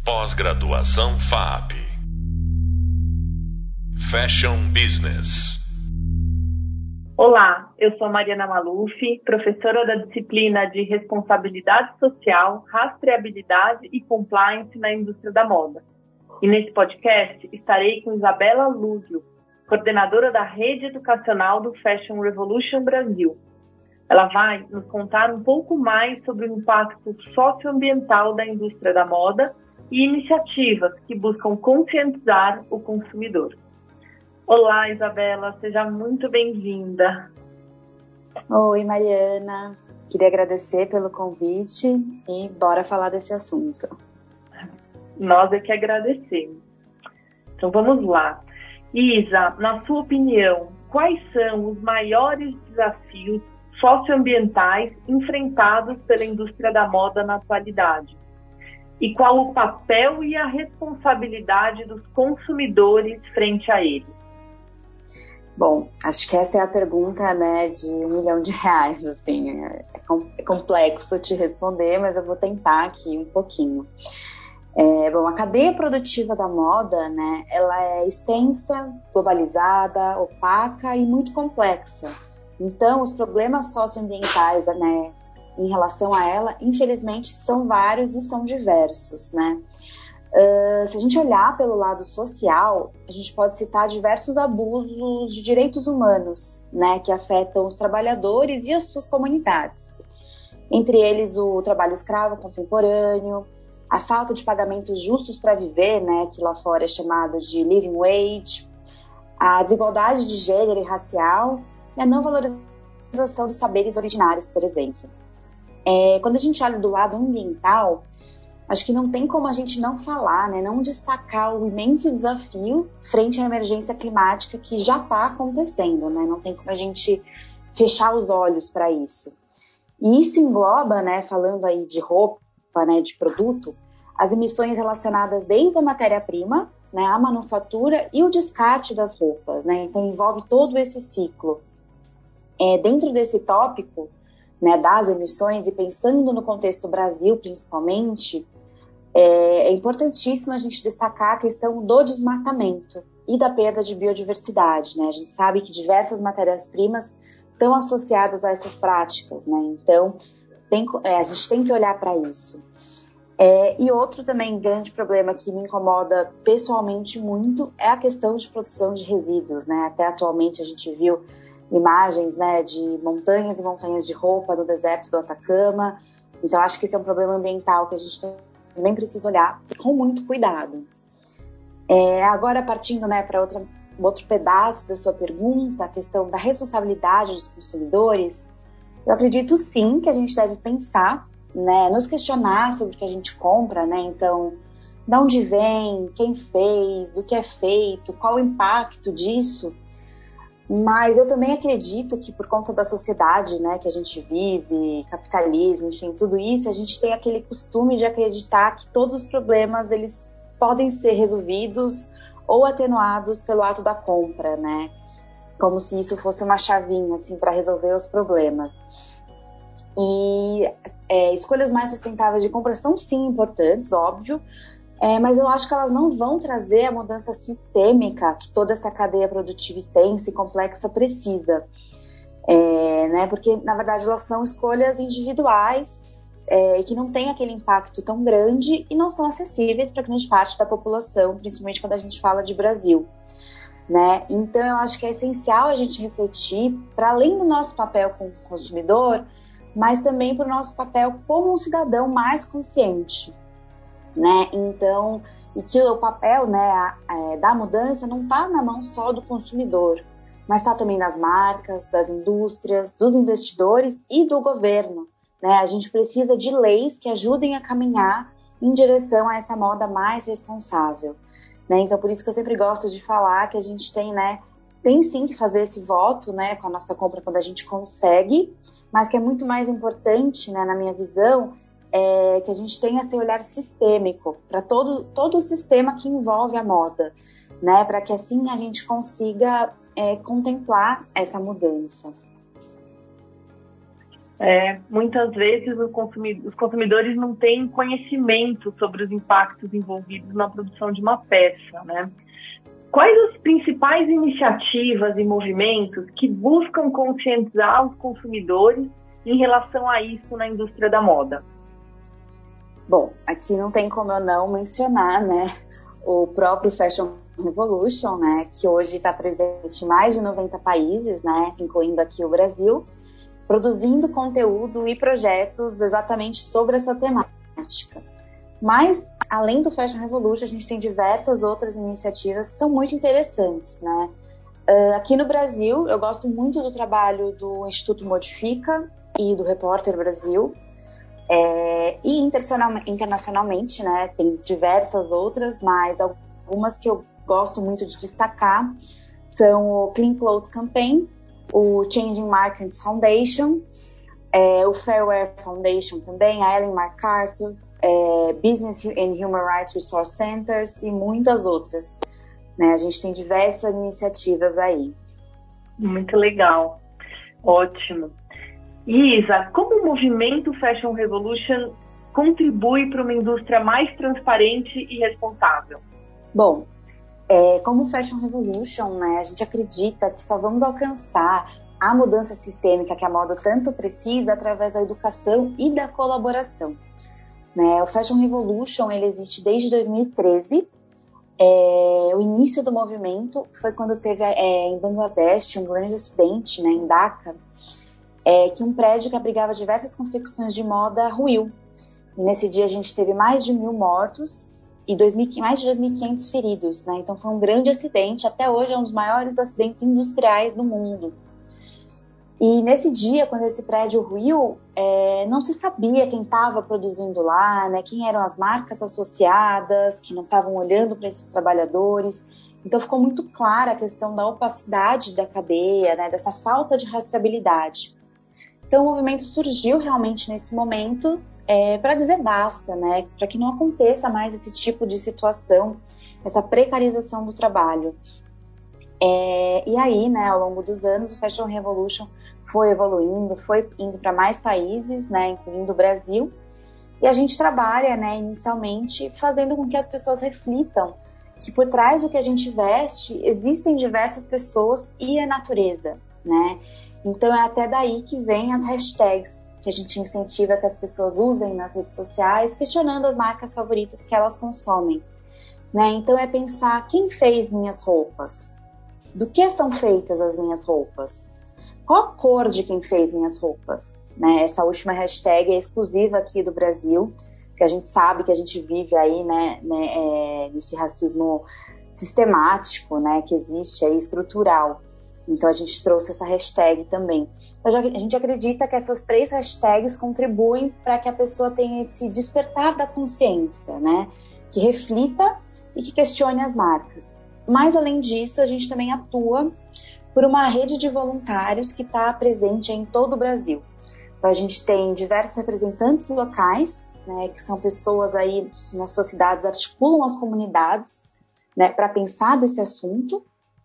Pós-graduação FAP. Fashion Business. Olá, eu sou Mariana Maluf, professora da disciplina de Responsabilidade Social, Rastreabilidade e Compliance na Indústria da Moda. E nesse podcast estarei com Isabela Lúzio, coordenadora da Rede Educacional do Fashion Revolution Brasil. Ela vai nos contar um pouco mais sobre o impacto socioambiental da indústria da moda e iniciativas que buscam conscientizar o consumidor. Olá, Isabela, seja muito bem-vinda. Oi, Mariana. Queria agradecer pelo convite e bora falar desse assunto. Nós é que agradecemos. Então vamos lá. Isa, na sua opinião, quais são os maiores desafios socioambientais enfrentados pela indústria da moda na atualidade? E qual o papel e a responsabilidade dos consumidores frente a eles? Bom, acho que essa é a pergunta, né, de R$1 milhão, assim, é complexo te responder, mas eu vou tentar aqui um pouquinho. Bom, a cadeia produtiva da moda, né, ela é extensa, globalizada, opaca e muito complexa. Então, os problemas socioambientais, né, em relação a ela, infelizmente, são vários e são diversos, né. Se a gente olhar pelo lado social, a gente pode citar diversos abusos de direitos humanos, né, que afetam os trabalhadores e as suas comunidades. Entre eles, o trabalho escravo contemporâneo, a falta de pagamentos justos para viver, né, que lá fora é chamado de living wage, a desigualdade de gênero e racial e a não valorização dos saberes originários, por exemplo. Quando a gente olha do lado ambiental, acho que não tem como a gente não falar, né, não destacar o imenso desafio frente à emergência climática que já está acontecendo, né, não tem como a gente fechar os olhos para isso. E isso engloba, né, falando aí de roupa, né, de produto, as emissões relacionadas desde a matéria-prima, né, a manufatura e o descarte das roupas, né, então envolve todo esse ciclo. Dentro desse tópico, né, das emissões e pensando no contexto Brasil principalmente, é importantíssimo a gente destacar a questão do desmatamento e da perda de biodiversidade, né? A gente sabe que diversas matérias-primas estão associadas a essas práticas, né? Então, a gente tem que olhar para isso. E outro também grande problema que me incomoda pessoalmente muito é a questão de produção de resíduos, né? Até atualmente a gente viu imagens, né, de montanhas e montanhas de roupa no deserto do Atacama. Então, acho que esse é um problema ambiental que a gente também precisa olhar com muito cuidado. Agora, partindo, né, para outro pedaço da sua pergunta, a questão da responsabilidade dos consumidores, eu acredito sim que a gente deve pensar, né, nos questionar sobre o que a gente compra, né, então, de onde vem, quem fez, do que é feito, qual o impacto disso. Mas eu também acredito que por conta da sociedade, né, que a gente vive, capitalismo, enfim, tudo isso, a gente tem aquele costume de acreditar que todos os problemas eles podem ser resolvidos ou atenuados pelo ato da compra, né? Como se isso fosse uma chavinha assim para resolver os problemas. E escolhas mais sustentáveis de compra são sim importantes, óbvio. Mas eu acho que elas não vão trazer a mudança sistêmica que toda essa cadeia produtiva extensa e complexa precisa. Né? Porque, na verdade, elas são escolhas individuais que não têm aquele impacto tão grande e não são acessíveis para grande parte da população, principalmente quando a gente fala de Brasil. Né? Então, eu acho que é essencial a gente refletir, para além do nosso papel como consumidor, mas também para o nosso papel como um cidadão mais consciente. Né? Então, e que o papel, né, da mudança não está na mão só do consumidor, mas está também das marcas, das indústrias, dos investidores e do governo. Né? A gente precisa de leis que ajudem a caminhar em direção a essa moda mais responsável. Né? Então, por isso que eu sempre gosto de falar que a gente tem sim que fazer esse voto, né, com a nossa compra quando a gente consegue, mas que é muito mais importante, né, na minha visão, que a gente tenha esse olhar sistêmico para todo o sistema que envolve a moda, né, para que assim a gente consiga contemplar essa mudança. Muitas vezes os consumidores não têm conhecimento sobre os impactos envolvidos na produção de uma peça, né? Quais as principais iniciativas e movimentos que buscam conscientizar os consumidores em relação a isso na indústria da moda? Bom, aqui não tem como eu não mencionar, né, o próprio Fashion Revolution, né, que hoje está presente em mais de 90 países, né, incluindo aqui o Brasil, produzindo conteúdo e projetos exatamente sobre essa temática. Mas, além do Fashion Revolution, a gente tem diversas outras iniciativas que são muito interessantes, né? Aqui no Brasil, eu gosto muito do trabalho do Instituto Modifica e do Repórter Brasil, e internacionalmente, né, tem diversas outras, mas algumas que eu gosto muito de destacar são o Clean Clothes Campaign, o Changing Markets Foundation, o Fairwear Foundation também, a Ellen MacArthur, Business and Human Rights Resource Centers e muitas outras, né? A gente tem diversas iniciativas aí. Muito legal, ótimo. Isa, como o movimento Fashion Revolution contribui para uma indústria mais transparente e responsável? Bom, como o Fashion Revolution, né, a gente acredita que só vamos alcançar a mudança sistêmica que a moda tanto precisa através da educação e da colaboração. Né? O Fashion Revolution ele existe desde 2013. O início do movimento foi quando teve em Bangladesh um grande acidente, né, em Dhaka, que um prédio que abrigava diversas confecções de moda ruiu. E nesse dia a gente teve mais de 1.000 mortos e mais de 2.500 feridos. Né? Então foi um grande acidente, até hoje é um dos maiores acidentes industriais do mundo. E nesse dia, quando esse prédio ruiu, não se sabia quem estava produzindo lá, né? Quem eram as marcas associadas, que não estavam olhando para esses trabalhadores. Então ficou muito clara a questão da opacidade da cadeia, né? Dessa falta de rastreabilidade. Então o movimento surgiu realmente nesse momento para dizer basta, né? Para que não aconteça mais esse tipo de situação, essa precarização do trabalho. E aí, né, ao longo dos anos, o Fashion Revolution foi evoluindo, foi indo para mais países, né, incluindo o Brasil. E a gente trabalha, né, inicialmente, fazendo com que as pessoas reflitam que por trás do que a gente veste existem diversas pessoas e a natureza, né? Então é até daí que vem as hashtags que a gente incentiva que as pessoas usem nas redes sociais, questionando as marcas favoritas que elas consomem, né? Então é pensar quem fez minhas roupas. Do que são feitas as minhas roupas? Qual a cor de quem fez minhas roupas? Né? Essa última hashtag é exclusiva aqui do Brasil, que a gente sabe que a gente vive aí, né, nesse racismo sistemático, né, que existe aí, estrutural. Então a gente trouxe essa hashtag também. A gente acredita que essas 3 hashtags contribuem para que a pessoa tenha esse despertar da consciência, né, que reflita e que questione as marcas. Mas, além disso, a gente também atua por uma rede de voluntários que está presente em todo o Brasil. Então, a gente tem diversos representantes locais, né, que são pessoas aí nas suas cidades, articulam as comunidades, né, para pensar desse assunto.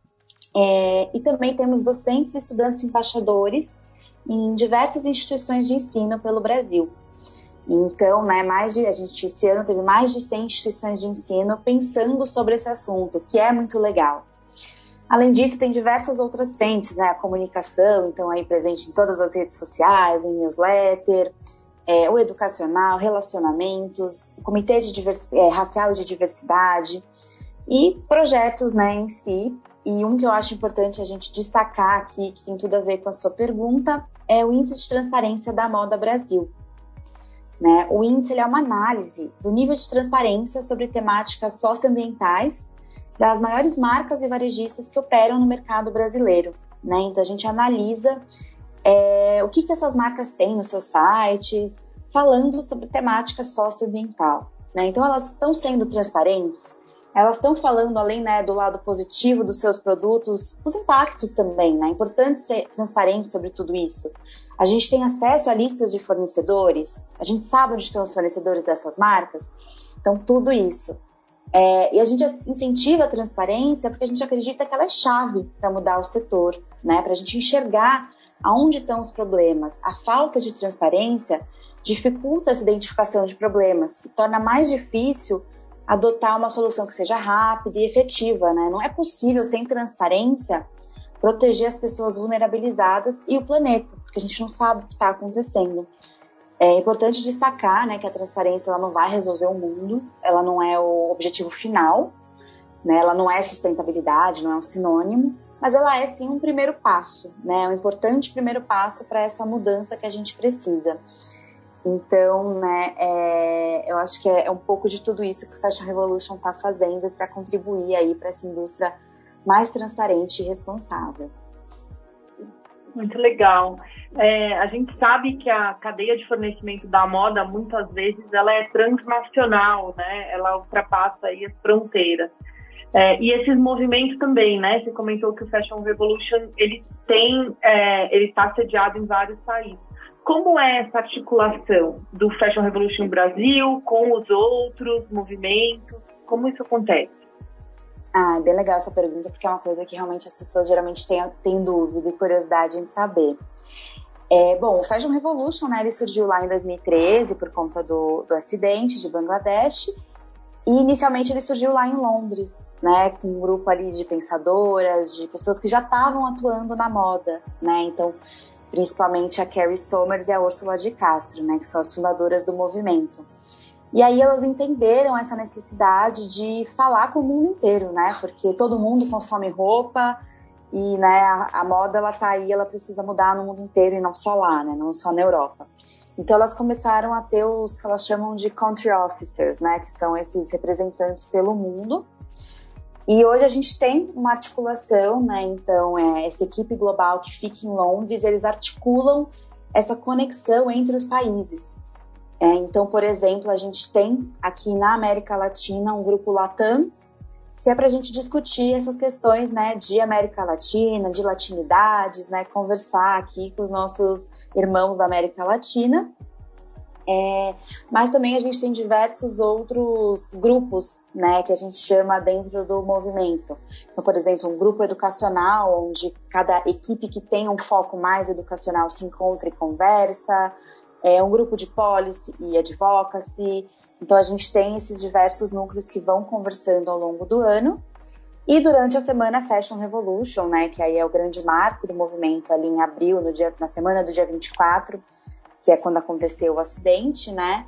E também temos docentes e estudantes embaixadores em diversas instituições de ensino pelo Brasil. Então, né, esse ano teve mais de 100 instituições de ensino pensando sobre esse assunto, que é muito legal. Além disso, tem diversas outras frentes, né, a comunicação, então aí presente em todas as redes sociais, em newsletter, o educacional, relacionamentos, o comitê de racial de diversidade e projetos, né, em si. E um que eu acho importante a gente destacar aqui, que tem tudo a ver com a sua pergunta, é o Índice de Transparência da Moda Brasil. Né? O índice ele é uma análise do nível de transparência sobre temáticas socioambientais das maiores marcas e varejistas que operam no mercado brasileiro. Né? Então a gente analisa o que essas marcas têm nos seus sites, falando sobre temática socioambiental. Né? Então elas estão sendo transparentes, elas estão falando além, né, do lado positivo dos seus produtos, os impactos também, né? É importante ser transparente sobre tudo isso. A gente tem acesso a listas de fornecedores, a gente sabe onde estão os fornecedores dessas marcas, então tudo isso. E a gente incentiva a transparência porque a gente acredita que ela é chave para mudar o setor, né? Para a gente enxergar aonde estão os problemas. A falta de transparência dificulta essa identificação de problemas e torna mais difícil adotar uma solução que seja rápida e efetiva, né? Não é possível, sem transparência, proteger as pessoas vulnerabilizadas e o planeta, porque a gente não sabe o que está acontecendo. É importante destacar, né, que a transparência ela não vai resolver o mundo, ela não é o objetivo final, né? Ela não é sustentabilidade, não é um sinônimo, mas ela é sim um primeiro passo, né? Um importante primeiro passo para essa mudança que a gente precisa. Então, né, eu acho que é um pouco de tudo isso que o Fashion Revolution está fazendo para contribuir aí para essa indústria mais transparente e responsável. Muito legal. A gente sabe que a cadeia de fornecimento da moda, muitas vezes, ela é transnacional, né? Ela ultrapassa aí as fronteiras. E esses movimentos também, né? Você comentou que o Fashion Revolution, ele está sediado em vários países. Como é essa articulação do Fashion Revolution Brasil com os outros movimentos? Como isso acontece? É bem legal essa pergunta, porque é uma coisa que realmente as pessoas geralmente têm dúvida e curiosidade em saber. Bom, o Fashion Revolution, né, ele surgiu lá em 2013 por conta do acidente de Bangladesh. E inicialmente ele surgiu lá em Londres, né, com um grupo ali de pensadoras, de pessoas que já estavam atuando na moda, né, então principalmente a Carrie Somers e a Úrsula de Castro, né, que são as fundadoras do movimento. E aí elas entenderam essa necessidade de falar com o mundo inteiro, né, porque todo mundo consome roupa e, né, a moda ela tá aí, ela precisa mudar no mundo inteiro e não só lá, né, não só na Europa. Então, elas começaram a ter os que elas chamam de country officers, né? Que são esses representantes pelo mundo. E hoje a gente tem uma articulação, né? Então, essa equipe global que fica em Londres, eles articulam essa conexão entre os países. Então, por exemplo, a gente tem aqui na América Latina um grupo Latam, que é para a gente discutir essas questões, né? De América Latina, de latinidades, né? Conversar aqui com os nossos irmãos da América Latina, mas também a gente tem diversos outros grupos, né, que a gente chama dentro do movimento. Então, por exemplo, um grupo educacional, onde cada equipe que tem um foco mais educacional se encontra e conversa, um grupo de policy e advocacy. Então, a gente tem esses diversos núcleos que vão conversando ao longo do ano. E durante a semana Fashion Revolution, né, que aí é o grande marco do movimento ali em abril, na semana do dia 24, que é quando aconteceu o acidente, né,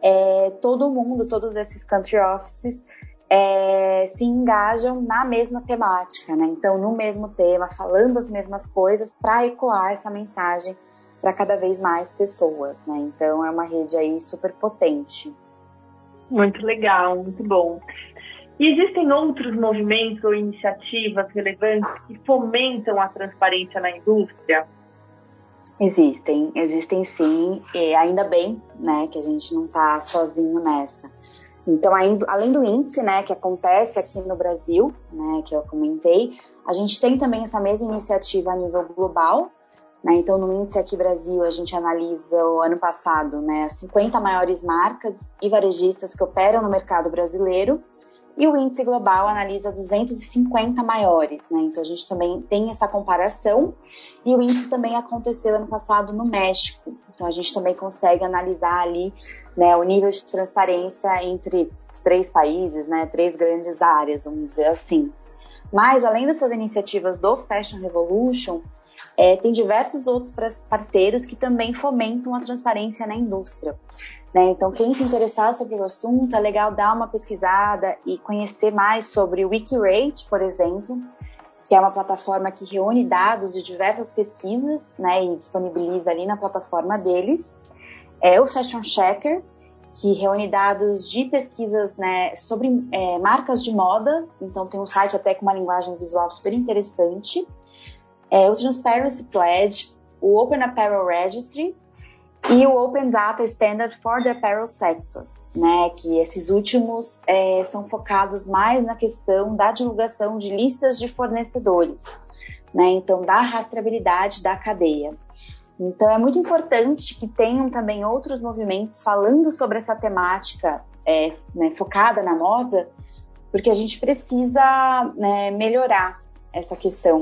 todos esses country offices se engajam na mesma temática, né, então no mesmo tema, falando as mesmas coisas para ecoar essa mensagem para cada vez mais pessoas, né, então é uma rede aí super potente. Muito legal, muito bom. E existem outros movimentos ou iniciativas relevantes que fomentam a transparência na indústria? Existem sim, e ainda bem, né, que a gente não está sozinho nessa. Então, além do índice, né, que acontece aqui no Brasil, né, que eu comentei, a gente tem também essa mesma iniciativa a nível global, né, então no índice aqui Brasil a gente analisa o ano passado, né, as 50 maiores marcas e varejistas que operam no mercado brasileiro, e o índice global analisa 250 maiores, né? Então a gente também tem essa comparação, e o índice também aconteceu ano passado no México, então a gente também consegue analisar ali, né, o nível de transparência entre os 3 países, né, 3 grandes áreas, vamos dizer assim. Mas além dessas iniciativas do Fashion Revolution, tem diversos outros parceiros que também fomentam a transparência na indústria, né? Então, quem se interessar sobre o assunto, é legal dar uma pesquisada e conhecer mais sobre o Wikirate, por exemplo, que é uma plataforma que reúne dados de diversas pesquisas, né, e disponibiliza ali na plataforma deles. O Fashion Checker, que reúne dados de pesquisas, né, sobre marcas de moda, então tem um site até com uma linguagem visual super interessante. O Transparency Pledge, o Open Apparel Registry e o Open Data Standard for the Apparel Sector, né, que esses últimos são focados mais na questão da divulgação de listas de fornecedores, né, então da rastreabilidade da cadeia. Então é muito importante que tenham também outros movimentos falando sobre essa temática né, focada na moda, porque a gente precisa, né, melhorar essa questão.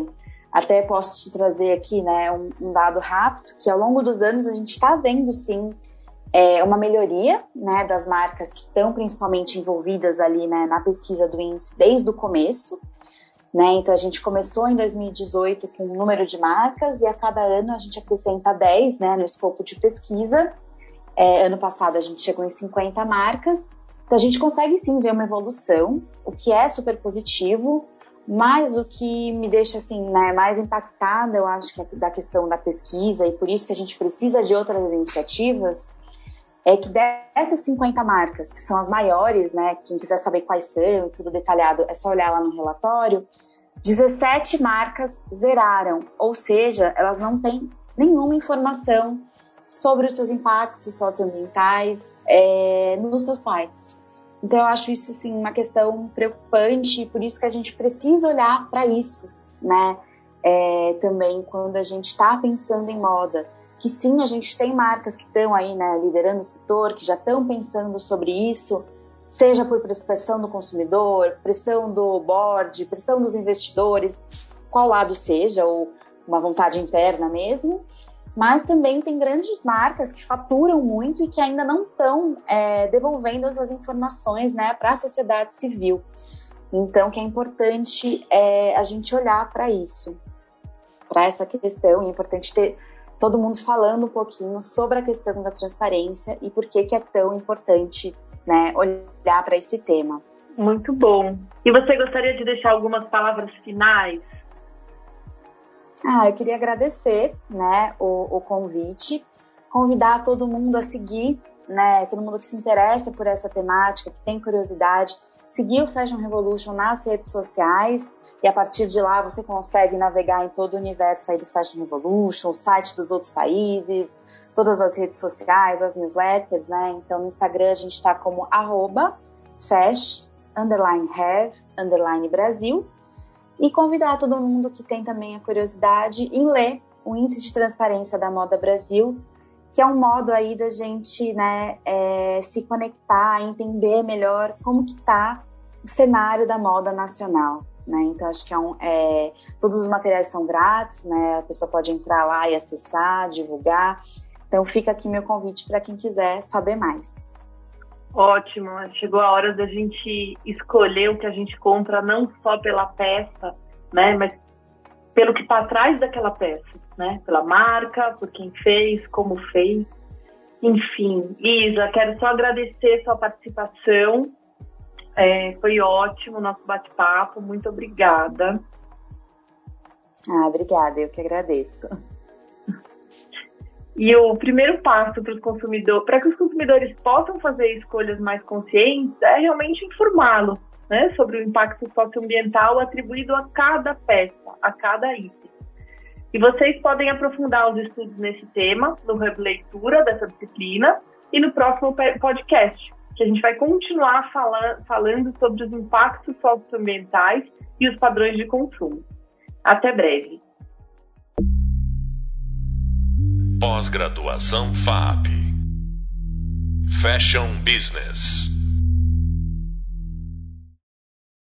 Até posso te trazer aqui, né, um dado rápido, que ao longo dos anos a gente está vendo, sim, uma melhoria, né, das marcas que estão principalmente envolvidas ali, né, na pesquisa do índice desde o começo. Né? Então, a gente começou em 2018 com um número de marcas e a cada ano a gente acrescenta 10, né, no escopo de pesquisa. Ano passado a gente chegou em 50 marcas. Então, a gente consegue sim ver uma evolução, o que é super positivo, mas o que me deixa assim, né, mais impactada, eu acho que é da questão da pesquisa, e por isso que a gente precisa de outras iniciativas, é que dessas 50 marcas, que são as maiores, né, quem quiser saber quais são, tudo detalhado, é só olhar lá no relatório, 17 marcas zeraram, ou seja, elas não têm nenhuma informação sobre os seus impactos socioambientais nos seus sites. Então, eu acho isso, sim, uma questão preocupante, e por isso que a gente precisa olhar para isso, né? Também quando a gente está pensando em moda, que sim, a gente tem marcas que estão aí, né, liderando o setor, que já estão pensando sobre isso, seja por pressão do consumidor, pressão do board, pressão dos investidores, qual lado seja, ou uma vontade interna mesmo, mas também tem grandes marcas que faturam muito e que ainda não estão devolvendo essas informações, né, para a sociedade civil. Então, que é importante a gente olhar para isso, para essa questão, e é importante ter todo mundo falando um pouquinho sobre a questão da transparência e por que é tão importante, né, olhar para esse tema. Muito bom. E você gostaria de deixar algumas palavras finais? Eu queria agradecer, né, o convite, convidar todo mundo a seguir, né, todo mundo que se interessa por essa temática, que tem curiosidade, seguir o Fashion Revolution nas redes sociais, e a partir de lá você consegue navegar em todo o universo aí do Fashion Revolution, o site dos outros países, todas as redes sociais, as newsletters, né? Então no Instagram a gente está como @fash_have_Brasil, e convidar todo mundo que tem também a curiosidade em ler o Índice de Transparência da Moda Brasil, que é um modo aí da gente, né, se conectar, entender melhor como que está o cenário da moda nacional. Né? Então, acho que todos os materiais são grátis, né? A pessoa pode entrar lá e acessar, divulgar. Então, fica aqui meu convite para quem quiser saber mais. Ótimo, chegou a hora da gente escolher o que a gente compra, não só pela peça, né? Mas pelo que está atrás daquela peça, né? Pela marca, por quem fez, como fez. Enfim, Isa, quero só agradecer sua participação. Foi ótimo o nosso bate-papo, muito obrigada. Obrigada, eu que agradeço. E o primeiro passo para os consumidores, para que os consumidores possam fazer escolhas mais conscientes, é realmente informá-los, né, sobre o impacto socioambiental atribuído a cada peça, a cada item. E vocês podem aprofundar os estudos nesse tema no Hub Leitura dessa disciplina e no próximo podcast, que a gente vai continuar falando sobre os impactos socioambientais e os padrões de consumo. Até breve. Pós-graduação FAP. Fashion Business.